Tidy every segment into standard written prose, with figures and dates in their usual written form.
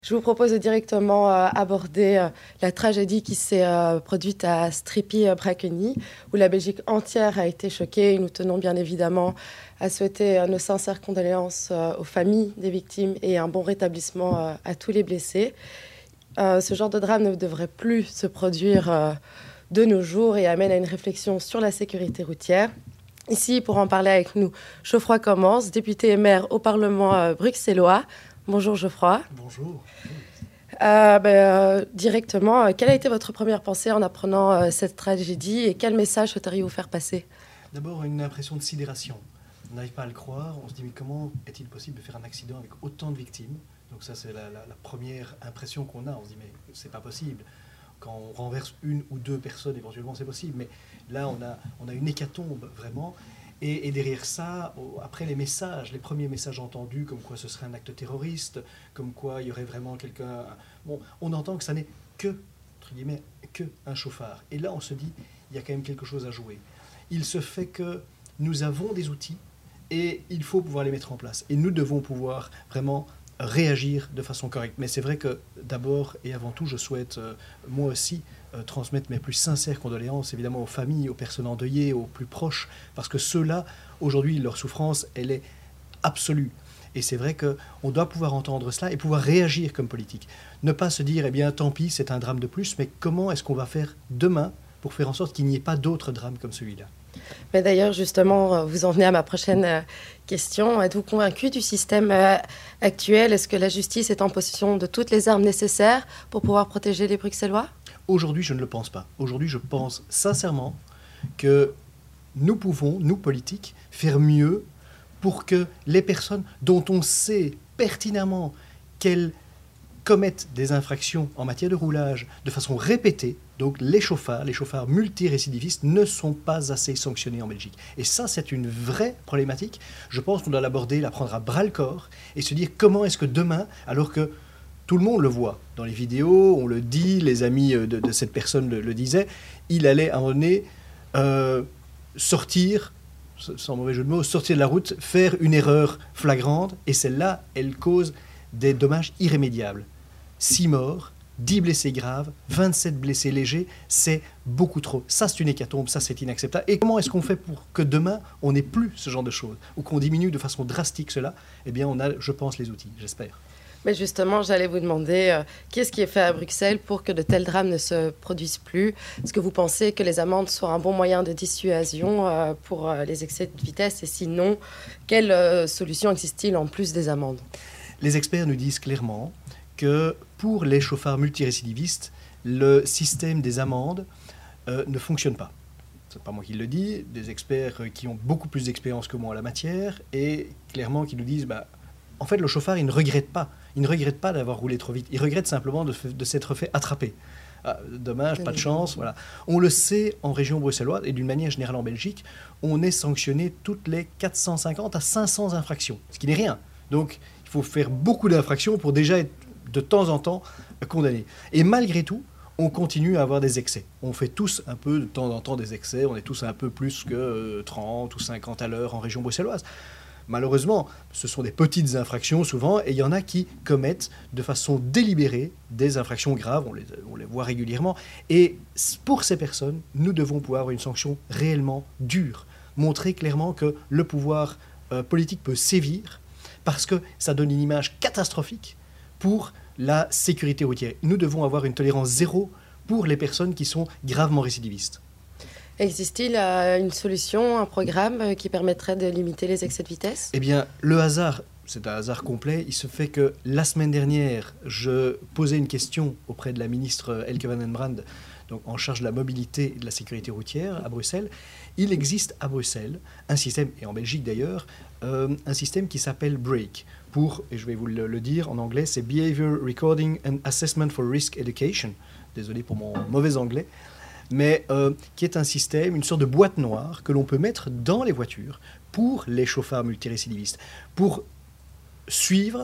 Je vous propose de directement aborder la tragédie qui s'est produite à Stripy-Bracqueny, où la Belgique entière a été choquée. Nous tenons bien évidemment à souhaiter nos sincères condoléances aux familles des victimes et un bon rétablissement à tous les blessés. Ce genre de drame ne devrait plus se produire de nos jours et amène à une réflexion sur la sécurité routière. Ici, pour en parler avec nous, Geoffroy Commence, député et maire au Parlement bruxellois. Bonjour Geoffroy. Bonjour. Directement, quelle a été votre première pensée en apprenant cette tragédie et quel message souhaiteriez-vous faire passer? D'abord, une impression de sidération. On n'arrive pas à le croire. On se dit, mais comment est-il possible de faire un accident avec autant de victimes? Donc ça, c'est la première impression qu'on a. On se dit, mais c'est pas possible. Quand on renverse une ou deux personnes, éventuellement, c'est possible. Mais là, on a une hécatombe, vraiment. Et derrière ça, après les premiers messages entendus, comme quoi ce serait un acte terroriste, comme quoi il y aurait vraiment quelqu'un... Bon, on entend que ça n'est que, entre guillemets, que un chauffard. Et là, on se dit, il y a quand même quelque chose à jouer. Il se fait que nous avons des outils et il faut pouvoir les mettre en place. Et nous devons pouvoir vraiment réagir de façon correcte. Mais c'est vrai que d'abord et avant tout, je souhaite moi aussi transmettre mes plus sincères condoléances, évidemment aux familles, aux personnes endeuillées, aux plus proches, parce que ceux-là, aujourd'hui, leur souffrance, elle est absolue. Et c'est vrai qu'on doit pouvoir entendre cela et pouvoir réagir comme politique. Ne pas se dire, eh bien, tant pis, c'est un drame de plus, mais comment est-ce qu'on va faire demain pour faire en sorte qu'il n'y ait pas d'autres drames comme celui-là? Mais d'ailleurs, justement, vous en venez à ma prochaine question. Êtes-vous convaincu du système actuel? Est-ce que la justice est en possession de toutes les armes nécessaires pour pouvoir protéger les Bruxellois? Aujourd'hui, je ne le pense pas. Aujourd'hui, je pense sincèrement que nous pouvons, nous politiques, faire mieux pour que les personnes dont on sait pertinemment qu'elles commettent des infractions en matière de roulage de façon répétée, donc les chauffards multirécidivistes ne sont pas assez sanctionnés en Belgique. Et ça, c'est une vraie problématique. Je pense qu'on doit l'aborder, la prendre à bras-le-corps et se dire comment est-ce que demain, alors que tout le monde le voit dans les vidéos, on le dit, les amis de cette personne le disaient, il allait à un moment donné sortir, sans mauvais jeu de mots, sortir de la route, faire une erreur flagrante, et celle-là, elle cause des dommages irrémédiables. 6 morts, 10 blessés graves, 27 blessés légers, c'est beaucoup trop. Ça, c'est une hécatombe, ça, c'est inacceptable. Et comment est-ce qu'on fait pour que demain, on n'ait plus ce genre de choses, ou qu'on diminue de façon drastique cela? Eh bien, on a, je pense, les outils, j'espère. Mais justement, j'allais vous demander, qu'est-ce qui est fait à Bruxelles pour que de tels drames ne se produisent plus? Est-ce que vous pensez que les amendes sont un bon moyen de dissuasion pour les excès de vitesse? Et sinon, quelle solution existe-t-il en plus des amendes? Les experts nous disent clairement que pour les chauffards multirécidivistes, le système des amendes ne fonctionne pas. Ce n'est pas moi qui le dis, des experts qui ont beaucoup plus d'expérience que moi en la matière, et clairement qui nous disent, en fait, le chauffard, il ne regrette pas. Il ne regrette pas d'avoir roulé trop vite. Il regrette simplement de s'être fait attraper. Dommage, pas de chance, voilà. On le sait en région bruxelloise, et d'une manière générale en Belgique, on est sanctionné toutes les 450 à 500 infractions, ce qui n'est rien. Donc, il faut faire beaucoup d'infractions pour déjà être de temps en temps condamné. Et malgré tout, on continue à avoir des excès. On fait tous un peu de temps en temps des excès, on est tous un peu plus que 30 ou 50 à l'heure en région bruxelloise. Malheureusement, ce sont des petites infractions souvent, et il y en a qui commettent de façon délibérée des infractions graves, on les voit régulièrement. Et pour ces personnes, nous devons pouvoir avoir une sanction réellement dure, montrer clairement que le pouvoir politique peut sévir, parce que ça donne une image catastrophique pour la sécurité routière. Nous devons avoir une tolérance zéro pour les personnes qui sont gravement récidivistes. Existe-t-il une solution, un programme qui permettrait de limiter les excès de vitesse? Eh bien, le hasard, c'est un hasard complet. Il se fait que la semaine dernière, je posais une question auprès de la ministre Elke van den Brand, donc en charge de la mobilité et de la sécurité routière à Bruxelles. Il existe à Bruxelles un système, et en Belgique d'ailleurs, un système qui s'appelle BRAKE. Et je vais vous le dire en anglais, c'est Behavior Recording and Assessment for Risk Education. Désolé pour mon mauvais anglais. Mais qui est un système, une sorte de boîte noire que l'on peut mettre dans les voitures pour les chauffards multirécidivistes, pour suivre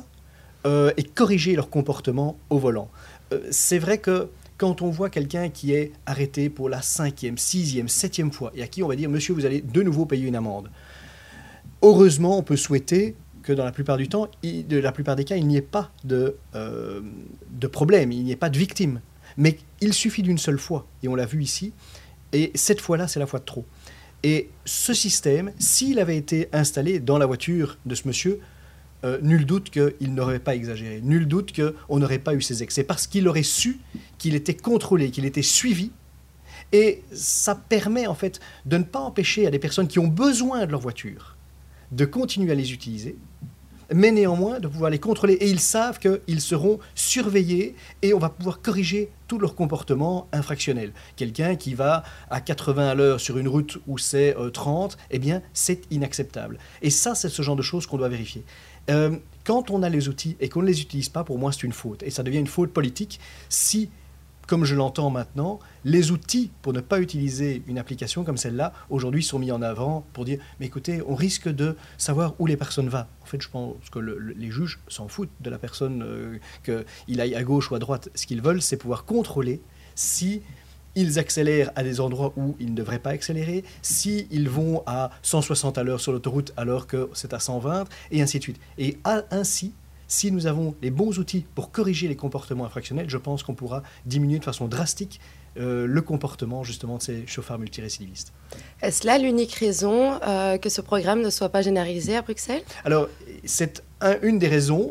et corriger leur comportement au volant. C'est vrai que quand on voit quelqu'un qui est arrêté pour la 5e, 6e, 7e fois, et à qui on va dire « Monsieur, vous allez de nouveau payer une amende », heureusement, on peut souhaiter que dans la plupart du temps, la plupart des cas, il n'y ait pas de problème, il n'y ait pas de victime. Mais il suffit d'une seule fois, et on l'a vu ici, et cette fois-là, c'est la fois de trop. Et ce système, s'il avait été installé dans la voiture de ce monsieur, nul doute qu'il n'aurait pas exagéré, nul doute qu'on n'aurait pas eu ces excès, parce qu'il aurait su qu'il était contrôlé, qu'il était suivi. Et ça permet en fait de ne pas empêcher à des personnes qui ont besoin de leur voiture de continuer à les utiliser, mais néanmoins de pouvoir les contrôler. Et ils savent qu'ils seront surveillés et on va pouvoir corriger tout leur comportement infractionnel. Quelqu'un qui va à 80 à l'heure sur une route où c'est 30, eh bien c'est inacceptable. Et ça, c'est ce genre de choses qu'on doit vérifier. Quand on a les outils et qu'on ne les utilise pas, pour moi c'est une faute. Et ça devient une faute politique si, comme je l'entends maintenant, les outils pour ne pas utiliser une application comme celle-là, aujourd'hui, sont mis en avant pour dire « mais écoutez, on risque de savoir où les personnes vont ». En fait, je pense que les juges s'en foutent de la personne, qu'il aille à gauche ou à droite. Ce qu'ils veulent, c'est pouvoir contrôler si ils accélèrent à des endroits où ils ne devraient pas accélérer, s'ils vont à 160 à l'heure sur l'autoroute alors que c'est à 120, et ainsi de suite. Et ainsi, si nous avons les bons outils pour corriger les comportements infractionnels, je pense qu'on pourra diminuer de façon drastique le comportement justement de ces chauffards multirécidivistes. Est-ce là l'unique raison que ce programme ne soit pas généralisé à Bruxelles ? Alors, c'est une des raisons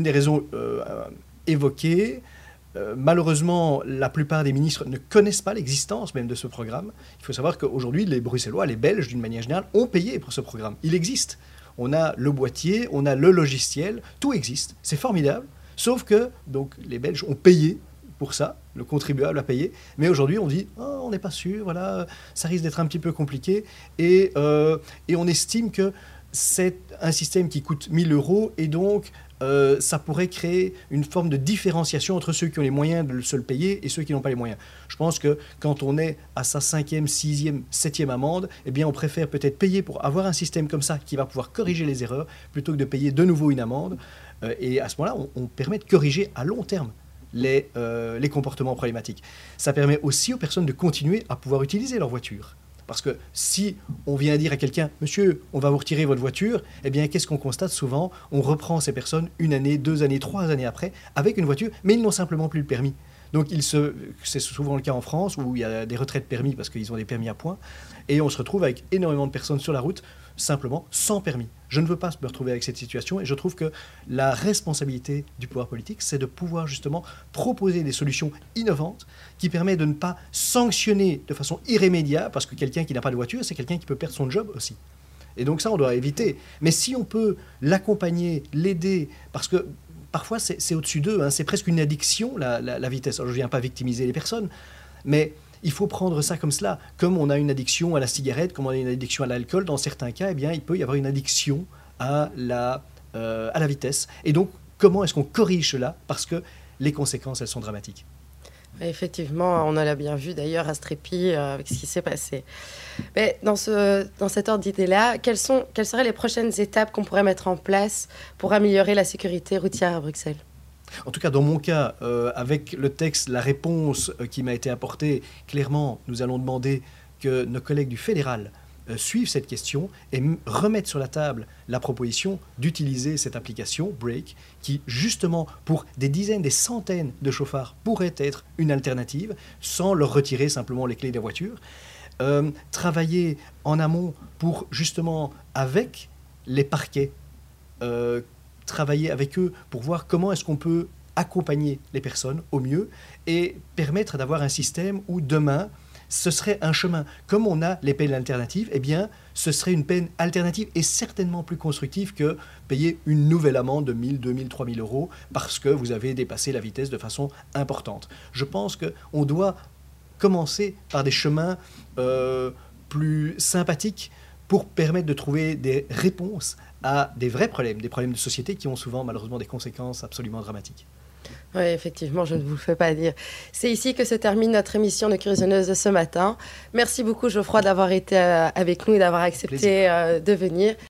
évoquées. Malheureusement, la plupart des ministres ne connaissent pas l'existence même de ce programme. Il faut savoir qu'aujourd'hui, les Bruxellois, les Belges d'une manière générale, ont payé pour ce programme. Il existe. On a le boîtier, on a le logiciel, tout existe, c'est formidable. Sauf que donc, les Belges ont payé pour ça, le contribuable a payé. Mais aujourd'hui, on dit oh, on n'est pas sûr, voilà, ça risque d'être un petit peu compliqué. Et on estime que c'est un système qui coûte 1 000 € et donc ça pourrait créer une forme de différenciation entre ceux qui ont les moyens de se le payer et ceux qui n'ont pas les moyens. Je pense que quand on est à sa 5e, 6e, 7e amende, eh bien on préfère peut-être payer pour avoir un système comme ça qui va pouvoir corriger les erreurs plutôt que de payer de nouveau une amende. Et à ce moment-là, on permet de corriger à long terme les comportements problématiques. Ça permet aussi aux personnes de continuer à pouvoir utiliser leur voiture. Parce que si on vient dire à quelqu'un « Monsieur, on va vous retirer votre voiture », eh bien, qu'est-ce qu'on constate souvent ? On reprend ces personnes 1 année, 2 années, 3 années après avec une voiture, mais ils n'ont simplement plus le permis. Donc, c'est souvent le cas en France où il y a des retraits de permis parce qu'ils ont des permis à points. Et on se retrouve avec énormément de personnes sur la route, simplement sans permis. Je ne veux pas me retrouver avec cette situation et je trouve que la responsabilité du pouvoir politique, c'est de pouvoir justement proposer des solutions innovantes qui permettent de ne pas sanctionner de façon irrémédiable, parce que quelqu'un qui n'a pas de voiture, c'est quelqu'un qui peut perdre son job aussi. Et donc ça, on doit éviter. Mais si on peut l'accompagner, l'aider, parce que parfois c'est au-dessus d'eux, hein, c'est presque une addiction, la vitesse. Alors, je ne viens pas victimiser les personnes, mais il faut prendre ça comme cela. Comme on a une addiction à la cigarette, comme on a une addiction à l'alcool, dans certains cas, eh bien, il peut y avoir une addiction à la vitesse. Et donc, comment est-ce qu'on corrige cela ? Parce que les conséquences, elles sont dramatiques. Effectivement, on l'a bien vu d'ailleurs à Strépy avec ce qui s'est passé. Mais dans cet ordre d'idée-là, quelles seraient les prochaines étapes qu'on pourrait mettre en place pour améliorer la sécurité routière à Bruxelles ? En tout cas, dans mon cas, avec le texte, la réponse qui m'a été apportée, clairement, nous allons demander que nos collègues du fédéral suivent cette question et remettent sur la table la proposition d'utiliser cette application, Brake, qui, justement, pour des dizaines, des centaines de chauffards, pourrait être une alternative, sans leur retirer simplement les clés des voitures. Travailler en amont pour, justement, avec les parquets, travailler avec eux pour voir comment est-ce qu'on peut accompagner les personnes au mieux et permettre d'avoir un système où demain, ce serait un chemin. Comme on a les peines alternatives, eh bien, ce serait une peine alternative et certainement plus constructive que payer une nouvelle amende de 1 000, 2 000, 3 000 € parce que vous avez dépassé la vitesse de façon importante. Je pense qu'on doit commencer par des chemins plus sympathiques pour permettre de trouver des réponses à des vrais problèmes, des problèmes de société qui ont souvent malheureusement des conséquences absolument dramatiques. Oui, effectivement, je ne vous le fais pas dire. C'est ici que se termine notre émission de Curiosionneuses de ce matin. Merci beaucoup Geoffroy d'avoir été avec nous et d'avoir accepté de venir.